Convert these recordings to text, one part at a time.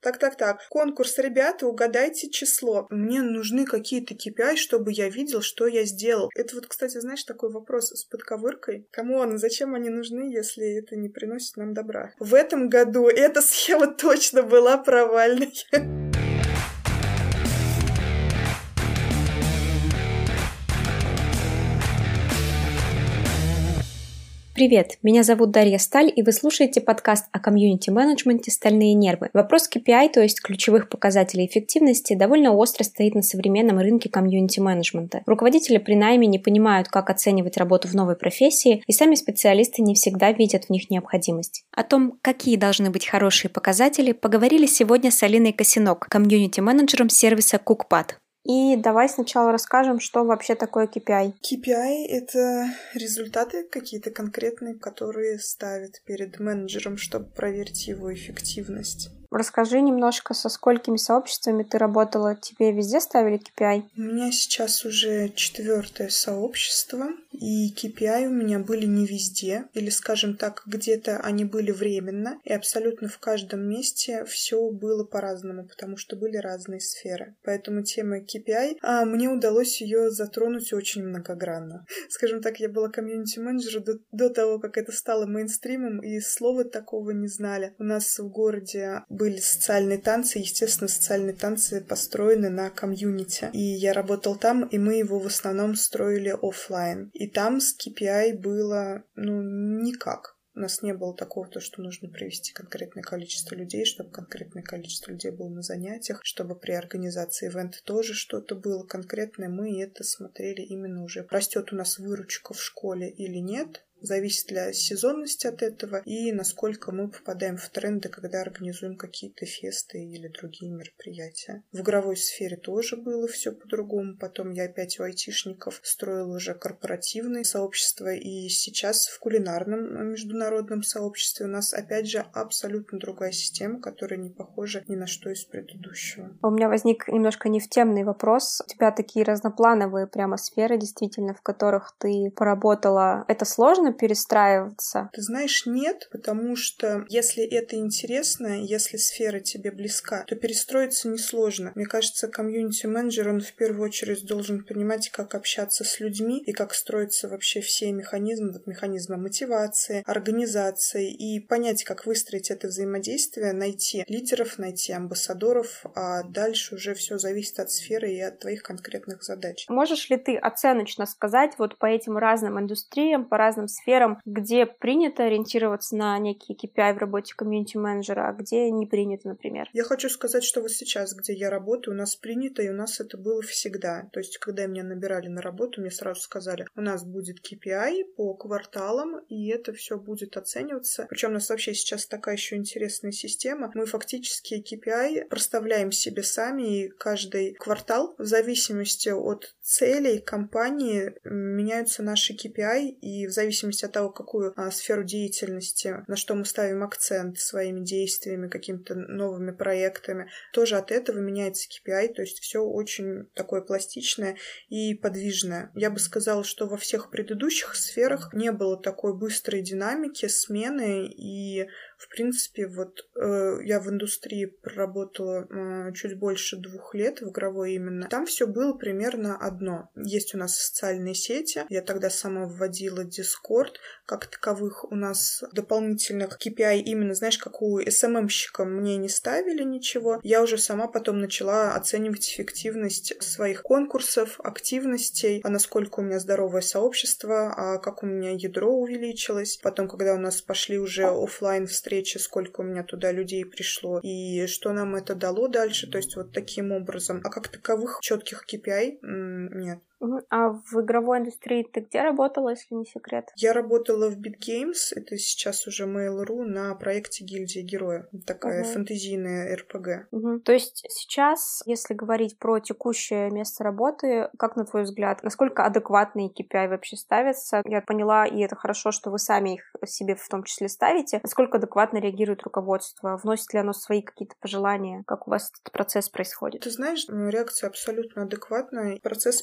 Так. Конкурс, ребята, угадайте число. Мне нужны какие-то KPI, чтобы я видел, что я сделал. Это вот, кстати, знаешь, такой вопрос с подковыркой. Камон, зачем они нужны, если это не приносит нам добра? В этом году эта схема точно была провальной. Привет, меня зовут Дарья Сталь, и вы слушаете подкаст о комьюнити-менеджменте «Стальные нервы». Вопрос KPI, то есть ключевых показателей эффективности, довольно остро стоит на современном рынке комьюнити-менеджмента. Руководители при найме не понимают, как оценивать работу в новой профессии, и сами специалисты не всегда видят в них необходимость. О том, какие должны быть хорошие показатели, поговорили сегодня с Алиной Косинок, комьюнити-менеджером сервиса Cookpad. И давай сначала расскажем, что вообще такое KPI. KPI — это результаты какие-то конкретные, которые ставят перед менеджером, чтобы проверить его эффективность. Расскажи немножко, со сколькими сообществами ты работала, тебе везде ставили KPI? У меня сейчас уже 4-е сообщество, и KPI у меня были не везде, или, скажем так, где-то они были временно, и абсолютно в каждом месте все было по-разному, потому что были разные сферы. Поэтому тема KPI, мне удалось ее затронуть очень многогранно. Скажем так, я была комьюнити-менеджером до того, как это стало мейнстримом, и слова такого не знали. У нас в городе были социальные танцы, естественно, социальные танцы построены на комьюнити. И я работала там, и мы его в основном строили офлайн. И там с KPI было, никак. У нас не было такого, что нужно привести конкретное количество людей, чтобы конкретное количество людей было на занятиях, чтобы при организации ивента тоже что-то было конкретное. Мы это смотрели именно уже, растет у нас выручка в школе или нет. Зависит ли сезонность от этого и насколько мы попадаем в тренды, когда организуем какие-то фесты или другие мероприятия. В игровой сфере тоже было все по-другому. Потом я опять у айтишников строила уже корпоративные сообщества. И сейчас в кулинарном международном сообществе у нас опять же абсолютно другая система, которая не похожа ни на что из предыдущего. У меня возник немножко невтемный вопрос. У тебя такие разноплановые прямо сферы, действительно, в которых ты поработала. Это сложно перестраиваться? Ты знаешь, нет, потому что если это интересно, если сфера тебе близка, то перестроиться несложно. Мне кажется, комьюнити-менеджер, он в первую очередь должен понимать, как общаться с людьми и как строятся вообще все механизмы, механизмы мотивации, организации, и понять, как выстроить это взаимодействие, найти лидеров, найти амбассадоров, а дальше уже все зависит от сферы и от твоих конкретных задач. Можешь ли ты оценочно сказать вот по этим разным индустриям, по разным сферам, где принято ориентироваться на некие KPI в работе комьюнити-менеджера, а где не принято, например? Я хочу сказать, что вот сейчас, где я работаю, у нас принято, и у нас это было всегда. То есть, когда меня набирали на работу, мне сразу сказали, у нас будет KPI по кварталам, и это все будет оцениваться. Причем у нас вообще сейчас такая еще интересная система. Мы фактически KPI проставляем себе сами, и каждый квартал, в зависимости от целей компании, меняются наши KPI, и в зависимости от того, какую сферу деятельности, на что мы ставим акцент своими действиями, какими-то новыми проектами, тоже от этого меняется KPI, то есть все очень такое пластичное и подвижное. Я бы сказала, что во всех предыдущих сферах не было такой быстрой динамики, смены, и в принципе, я в индустрии проработала чуть больше 2 лет, в игровой именно. Там все было примерно одно. Есть у нас социальные сети. Я тогда сама вводила Discord. Как таковых у нас дополнительных KPI именно, знаешь, как у SMM-щика мне не ставили ничего. Я уже сама потом начала оценивать эффективность своих конкурсов, активностей, а насколько у меня здоровое сообщество, а как у меня ядро увеличилось. Потом, когда у нас пошли уже офлайн встречи, сколько у меня туда людей пришло и что нам это дало дальше. То есть вот таким образом. А как таковых четких KPI нет. А в игровой индустрии ты где работала, если не секрет? Я работала в BitGames, это сейчас уже Mail.ru, на проекте «Гильдия Героя». Такая фэнтезийная РПГ. То есть сейчас, если говорить про текущее место работы, как на твой взгляд, насколько адекватные KPI вообще ставятся? Я поняла, и это хорошо, что вы сами их себе в том числе ставите. Насколько адекватно реагирует руководство? Вносит ли оно свои какие-то пожелания? Как у вас этот процесс происходит? Ты знаешь, реакция абсолютно адекватная. Процесс происходит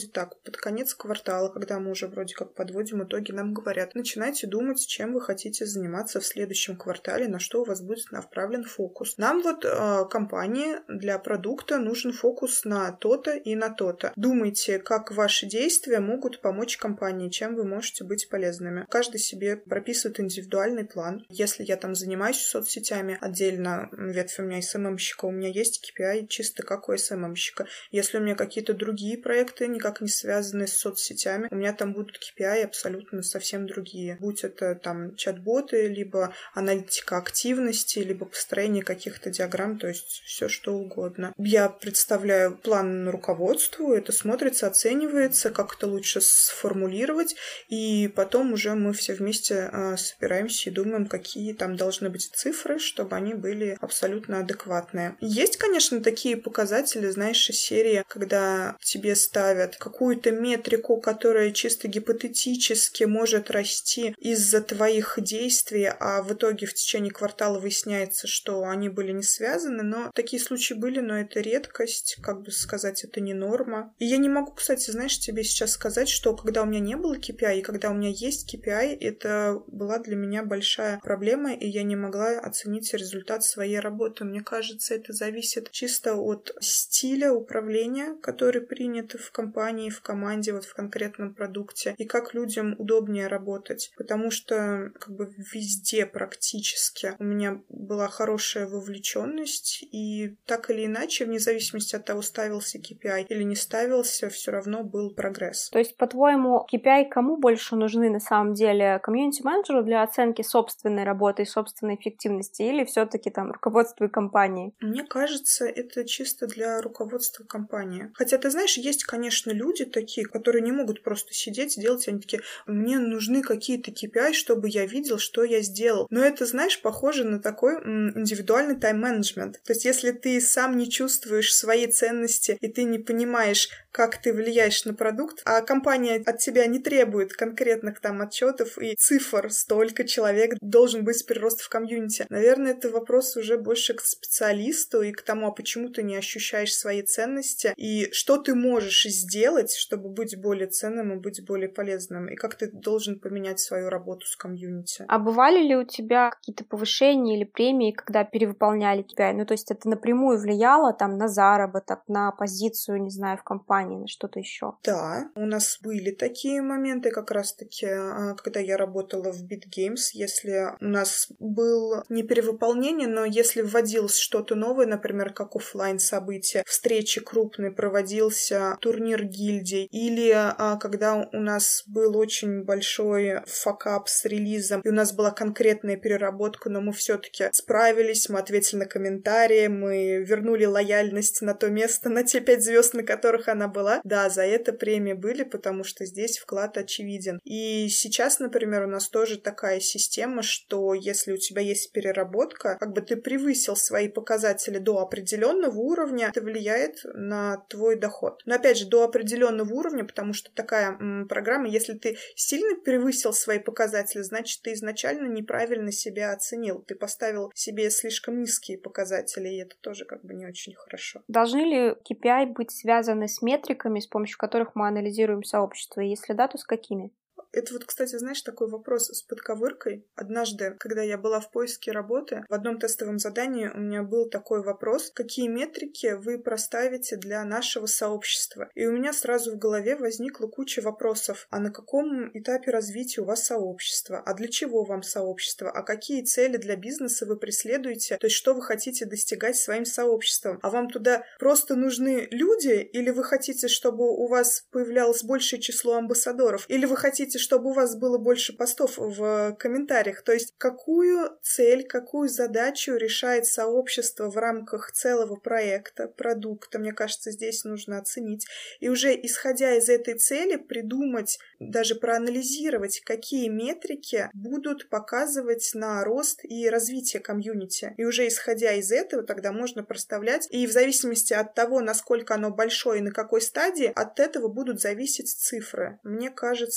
выходит так. Под конец квартала, когда мы уже вроде как подводим итоги, нам говорят, начинайте думать, чем вы хотите заниматься в следующем квартале, на что у вас будет направлен фокус. Нам компании для продукта нужен фокус на то-то и на то-то. Думайте, как ваши действия могут помочь компании, чем вы можете быть полезными. Каждый себе прописывает индивидуальный план. Если я там занимаюсь соцсетями, отдельно ветвь у меня SMM-щика, у меня есть KPI чисто как у SMM-щика. Если у меня какие-то другие проекты, никак не связанные с соцсетями, у меня там будут KPI абсолютно совсем другие. Будь это там чат-боты, либо аналитика активности, либо построение каких-то диаграмм, то есть все что угодно. Я представляю план руководству, это смотрится, оценивается, как это лучше сформулировать, и потом уже мы все вместе собираемся и думаем, какие там должны быть цифры, чтобы они были абсолютно адекватные. Есть, конечно, такие показатели, знаешь, из серии, когда тебе ставят какую-то метрику, которая чисто гипотетически может расти из-за твоих действий, а в итоге в течение квартала выясняется, что они были не связаны, но такие случаи были, но это редкость, как бы сказать, это не норма. И я не могу, кстати, знаешь, тебе сейчас сказать, что когда у меня не было KPI, и когда у меня есть KPI, это была для меня большая проблема, и я не могла оценить результат своей работы. Мне кажется, это зависит чисто от стиля управления, который принят в компании, в команде, вот в конкретном продукте, и как людям удобнее работать. Потому что как бы везде практически у меня была хорошая вовлеченность, и так или иначе, вне зависимости от того, ставился KPI или не ставился, все равно был прогресс. То есть, по-твоему, KPI кому больше нужны на самом деле? Комьюнити-менеджеру для оценки собственной работы и собственной эффективности или все-таки там руководству и компании? Мне кажется, это чисто для руководства компании. Хотя, ты знаешь, есть, конечно, люди такие, которые не могут просто сидеть и делать, они такие, мне нужны какие-то KPI, чтобы я видел, что я сделал. Но это, знаешь, похоже на такой индивидуальный тайм-менеджмент. То есть, если ты сам не чувствуешь свои ценности, и ты не понимаешь, как ты влияешь на продукт, а компания от тебя не требует конкретных там отчетов и цифр, столько человек должен быть прирост в комьюнити. Наверное, это вопрос уже больше к специалисту и к тому, а почему ты не ощущаешь свои ценности, и что ты можешь сделать, чтобы быть более ценным и быть более полезным, и как ты должен поменять свою работу с комьюнити. А бывали ли у тебя какие-то повышения или премии, когда перевыполняли KPI? Ну, то есть это напрямую влияло там на заработок, на позицию, не знаю, в компании, на что-то еще? Да, у нас были такие моменты, как раз-таки, когда я работала в BitGames, если у нас было не перевыполнение, но если вводилось что-то новое, например, как офлайн события, встречи крупные, проводился турнир гильдий, или когда у нас был очень большой факап с релизом, и у нас была конкретная переработка, но мы все-таки справились, мы ответили на комментарии, мы вернули лояльность на то место, на те 5 звезд, на которых она была. Да, за это премии были, потому что здесь вклад очевиден. И сейчас, например, у нас тоже такая система, что если у тебя есть переработка, как бы ты превысил свои показатели до определенного уровня, это влияет на твой доход. Но опять же, до определенного уровня, потому что такая программа, если ты сильно превысил свои показатели, значит, ты изначально неправильно себя оценил. Ты поставил себе слишком низкие показатели, и это тоже как бы не очень хорошо. Должны ли KPI быть связаны с метриками, с помощью которых мы анализируем сообщество? И если да, то с какими? Это вот, кстати, знаешь, такой вопрос с подковыркой. Однажды, когда я была в поиске работы, в одном тестовом задании у меня был такой вопрос: какие метрики вы проставите для нашего сообщества? И у меня сразу в голове возникла куча вопросов. А на каком этапе развития у вас сообщество? А для чего вам сообщество? А какие цели для бизнеса вы преследуете? То есть, что вы хотите достигать своим сообществом? А вам туда просто нужны люди? Или вы хотите, чтобы у вас появлялось большее число амбассадоров? Или вы хотите, чтобы у вас было больше постов в комментариях? То есть какую цель, какую задачу решает сообщество в рамках целого проекта, продукта, мне кажется, здесь нужно оценить. И уже исходя из этой цели придумать, даже проанализировать, какие метрики будут показывать на рост и развитие комьюнити. И уже исходя из этого тогда можно проставлять, и в зависимости от того, насколько оно большое и на какой стадии, от этого будут зависеть цифры. Мне кажется, вот это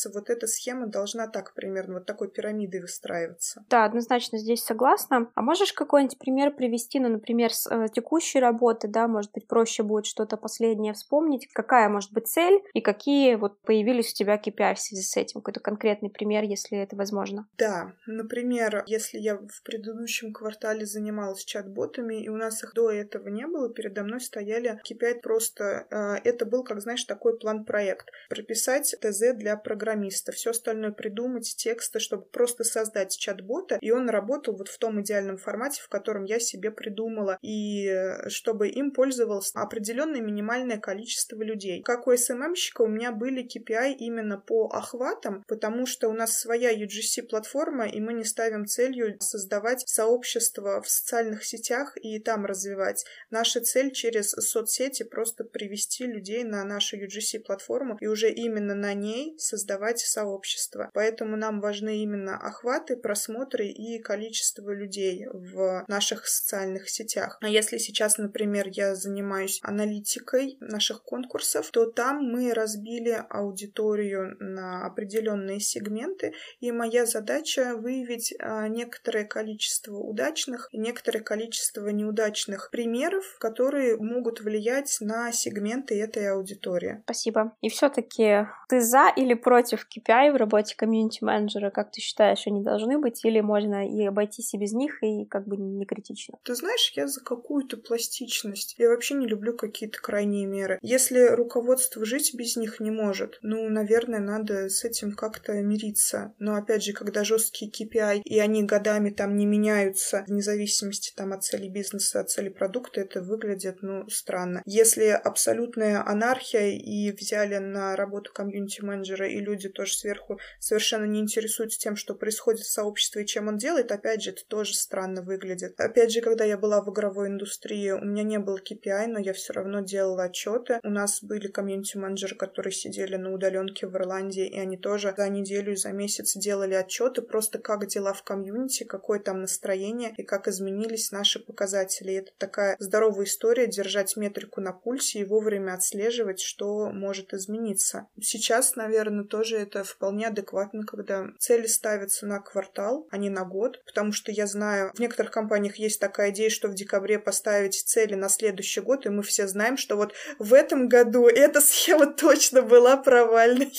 схема должна так примерно, вот такой пирамидой выстраиваться. Да, однозначно здесь согласна. А можешь какой-нибудь пример привести, ну, например, с текущей работы, да, может быть, проще будет что-то последнее вспомнить, какая может быть цель и какие вот появились у тебя KPI в связи с этим, какой-то конкретный пример, если это возможно. Да, например, если я в предыдущем квартале занималась чат-ботами, и у нас их до этого не было, передо мной стояли KPI просто, это был, как знаешь, такой план-проект. Прописать ТЗ для программиста, все остальное придумать, тексты, чтобы просто создать чат-бота, и он работал вот в том идеальном формате, в котором я себе придумала, и чтобы им пользовалось определенное минимальное количество людей. Как у SMM-щика у меня были KPI именно по охватам, потому что у нас своя UGC-платформа, и мы не ставим целью создавать сообщество в социальных сетях и там развивать. Наша цель через соцсети просто привести людей на нашу UGC-платформу и уже именно на ней создавать сообщество. Поэтому нам важны именно охваты, просмотры и количество людей в наших социальных сетях. А если сейчас, например, я занимаюсь аналитикой наших конкурсов, то там мы разбили аудиторию на определенные сегменты, и моя задача выявить некоторое количество удачных и некоторое количество неудачных примеров, которые могут влиять на сегменты этой аудитории. Спасибо. И все-таки ты за или против KPI в работе комьюнити-менеджера? Как ты считаешь, они должны быть, или можно и обойтись и без них, и как бы не критично? Ты знаешь, я за какую-то пластичность. Я вообще не люблю какие-то крайние меры. Если руководство жить без них не может, наверное, надо с этим как-то мириться. Но опять же, когда жесткие KPI, и они годами там не меняются, вне зависимости там от цели бизнеса, от цели продукта, это выглядит, странно. Если абсолютная анархия, и взяли на работу комьюнити-менеджера, и люди тоже сверху совершенно не интересуются тем, что происходит в сообществе и чем он делает, опять же, это тоже странно выглядит. Опять же, когда я была в игровой индустрии, у меня не было KPI, но я все равно делала отчеты. У нас были комьюнити-менеджеры, которые сидели на удаленке в Ирландии, и они тоже за неделю и за месяц делали отчеты, просто как дела в комьюнити, какое там настроение и как изменились наши показатели. И это такая здоровая история, держать метрику на пульсе и вовремя отслеживать, что может измениться. Сейчас, наверное, тоже это вполне адекватно, когда цели ставятся на квартал, а не на год, потому что я знаю, в некоторых компаниях есть такая идея, что в декабре поставить цели на следующий год, и мы все знаем, что вот в этом году эта схема точно была провальной.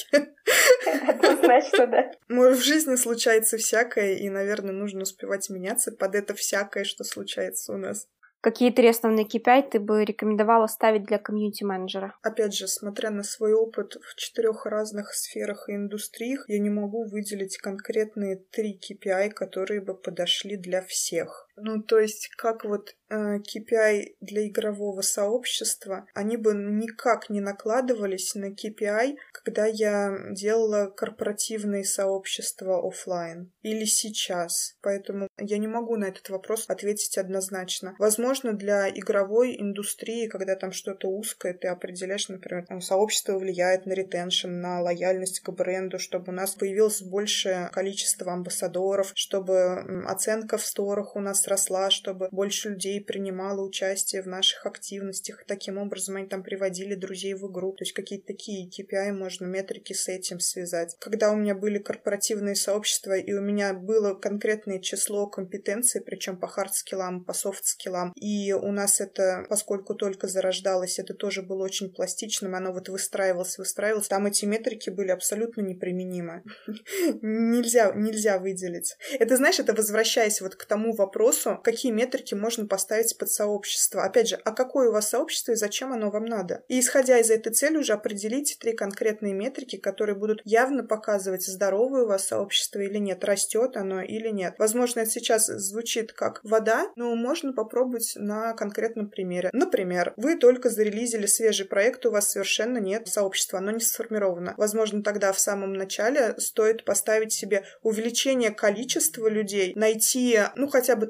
Однозначно, да. В жизни случается всякое, и, наверное, нужно успевать меняться под это всякое, что случается у нас. Какие 3 основные KPI ты бы рекомендовала ставить для комьюнити-менеджера? Опять же, смотря на свой опыт в 4 разных сферах и индустриях, я не могу выделить конкретные 3 KPI, которые бы подошли для всех. То есть, как вот KPI для игрового сообщества, они бы никак не накладывались на KPI, когда я делала корпоративные сообщества офлайн или сейчас. Поэтому я не могу на этот вопрос ответить однозначно. Возможно, для игровой индустрии, когда там что-то узкое, ты определяешь, например, сообщество влияет на ретеншн, на лояльность к бренду, чтобы у нас появилось большее количество амбассадоров, чтобы оценка в сторах у нас росла, чтобы больше людей принимало участие в наших активностях. Таким образом, они там приводили друзей в игру. То есть какие-то такие KPI, можно метрики с этим связать. Когда у меня были корпоративные сообщества, и у меня было конкретное число компетенций, причем по хард-скиллам, по софт-скиллам, и у нас это, поскольку только зарождалось, это тоже было очень пластичным, оно вот выстраивалось, там эти метрики были абсолютно неприменимы. Нельзя выделить. Это, знаешь, это возвращаясь вот к тому вопросу, какие метрики можно поставить под сообщество. Опять же, а какое у вас сообщество и зачем оно вам надо? И исходя из этой цели уже определите 3 конкретные метрики, которые будут явно показывать, здоровое у вас сообщество или нет, растет оно или нет. Возможно, это сейчас звучит как вода, но можно попробовать на конкретном примере. Например, вы только зарелизили свежий проект, у вас совершенно нет сообщества, оно не сформировано. Возможно, тогда в самом начале стоит поставить себе увеличение количества людей, найти, хотя бы там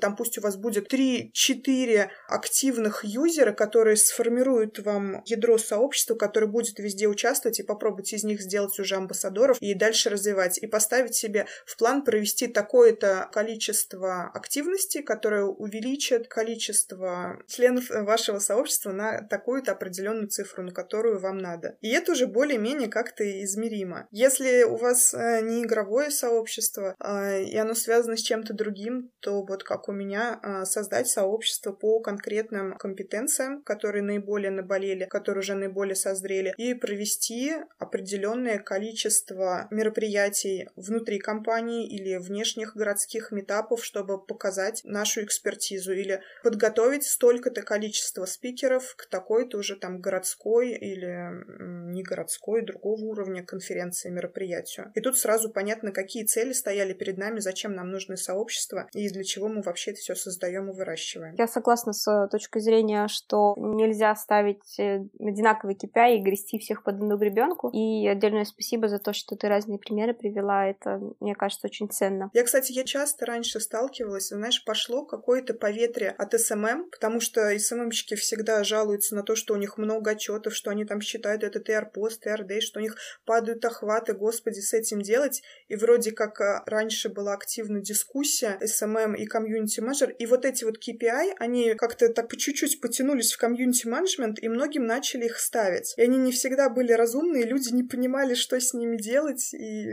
там пусть у вас будет 3-4 активных юзера, которые сформируют вам ядро сообщества, которое будет везде участвовать, и попробовать из них сделать уже амбассадоров и дальше развивать. И поставить себе в план провести такое-то количество активности, которое увеличит количество членов вашего сообщества на такую-то определенную цифру, на которую вам надо. И это уже более-менее как-то измеримо. Если у вас не игровое сообщество, и оно связано с чем-то другим, то вот как у меня, создать сообщество по конкретным компетенциям, которые наиболее наболели, которые уже наиболее созрели, и провести определенное количество мероприятий внутри компании или внешних городских митапов, чтобы показать нашу экспертизу, или подготовить столько-то количество спикеров к такой-то уже там городской или не городской, другого уровня конференции, мероприятию. И тут сразу понятно, какие цели стояли перед нами, зачем нам нужны сообщества и для чего мы вообще это все создаем и выращиваем. Я согласна с точкой зрения, что нельзя ставить одинаковый KPI и грести всех под одну гребенку. И отдельное спасибо за то, что ты разные примеры привела. Это, мне кажется, очень ценно. Я часто раньше сталкивалась, знаешь, пошло какое-то поветрие от СММ, потому что СММщики всегда жалуются на то, что у них много отчетов, что они там считают этот TR-пост, TR-day, что у них падают охваты, господи, с этим делать. И вроде как раньше была активная дискуссия SMM и комьюнити-менеджер, и вот эти вот KPI, они как-то так по чуть-чуть потянулись в комьюнити-менеджмент, и многим начали их ставить. И они не всегда были разумные, люди не понимали, что с ними делать, и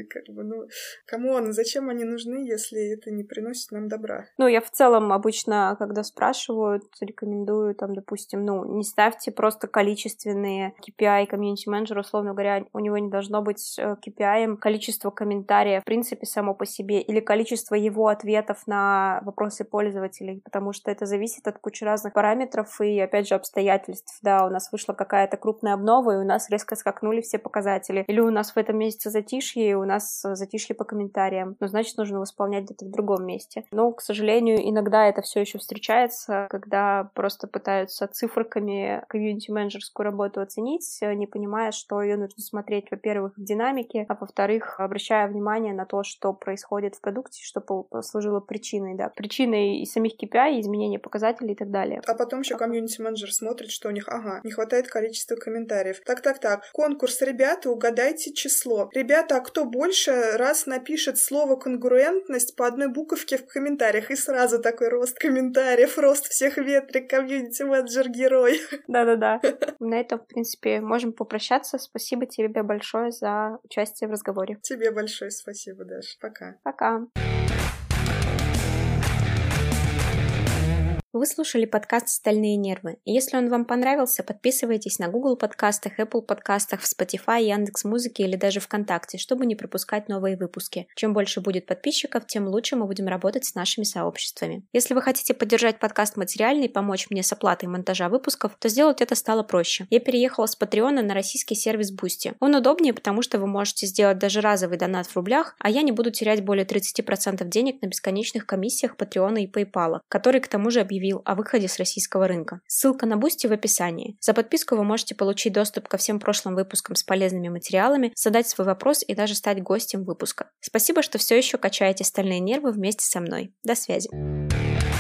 камон, зачем они нужны, если это не приносит нам добра? Я в целом обычно, когда спрашивают, рекомендую, допустим, не ставьте просто количественные KPI комьюнити-менеджера, условно говоря, у него не должно быть KPI количество комментариев, в принципе, само по себе, или количество его ответов на вопросы пользователей, потому что это зависит от кучи разных параметров и, опять же, обстоятельств. Да, у нас вышла какая-то крупная обнова, и у нас резко скакнули все показатели. Или у нас в этом месяце затишье, и у нас затишье по комментариям. Значит, нужно восполнять где-то в другом месте. Но, к сожалению, иногда это все еще встречается, когда просто пытаются цифрками комьюнити-менеджерскую работу оценить, не понимая, что ее нужно смотреть, во-первых, в динамике, а во-вторых, обращая внимание на то, что происходит в продукте, что послужило причиной, да, причиной и самих KPI, и изменения показателей и так далее. А потом еще комьюнити-менеджер смотрит, что у них, не хватает количества комментариев. Так, конкурс, ребята, угадайте число. Ребята, а кто больше раз напишет слово конгруентность по одной буковке в комментариях? И сразу такой рост комментариев, рост всех ветрик, комьюнити-менеджер герой. Да-да-да. На этом, в принципе, можем попрощаться. Спасибо тебе большое за участие в разговоре. Тебе большое спасибо, Даша. Пока. Пока. Вы слушали подкаст «Стальные нервы». И если он вам понравился, подписывайтесь на Google подкастах, Apple подкастах, в Spotify, Яндекс.Музыке или даже ВКонтакте, чтобы не пропускать новые выпуски. Чем больше будет подписчиков, тем лучше мы будем работать с нашими сообществами. Если вы хотите поддержать подкаст материально и помочь мне с оплатой монтажа выпусков, то сделать это стало проще. Я переехала с Patreon на российский сервис Boosty. Он удобнее, потому что вы можете сделать даже разовый донат в рублях, а я не буду терять более 30% денег на бесконечных комиссиях Patreon и PayPal, который к тому же объявил о выходе с российского рынка. Ссылка на Boosty в описании. За подписку вы можете получить доступ ко всем прошлым выпускам с полезными материалами, задать свой вопрос и даже стать гостем выпуска. Спасибо, что все еще качаете стальные нервы вместе со мной. До связи.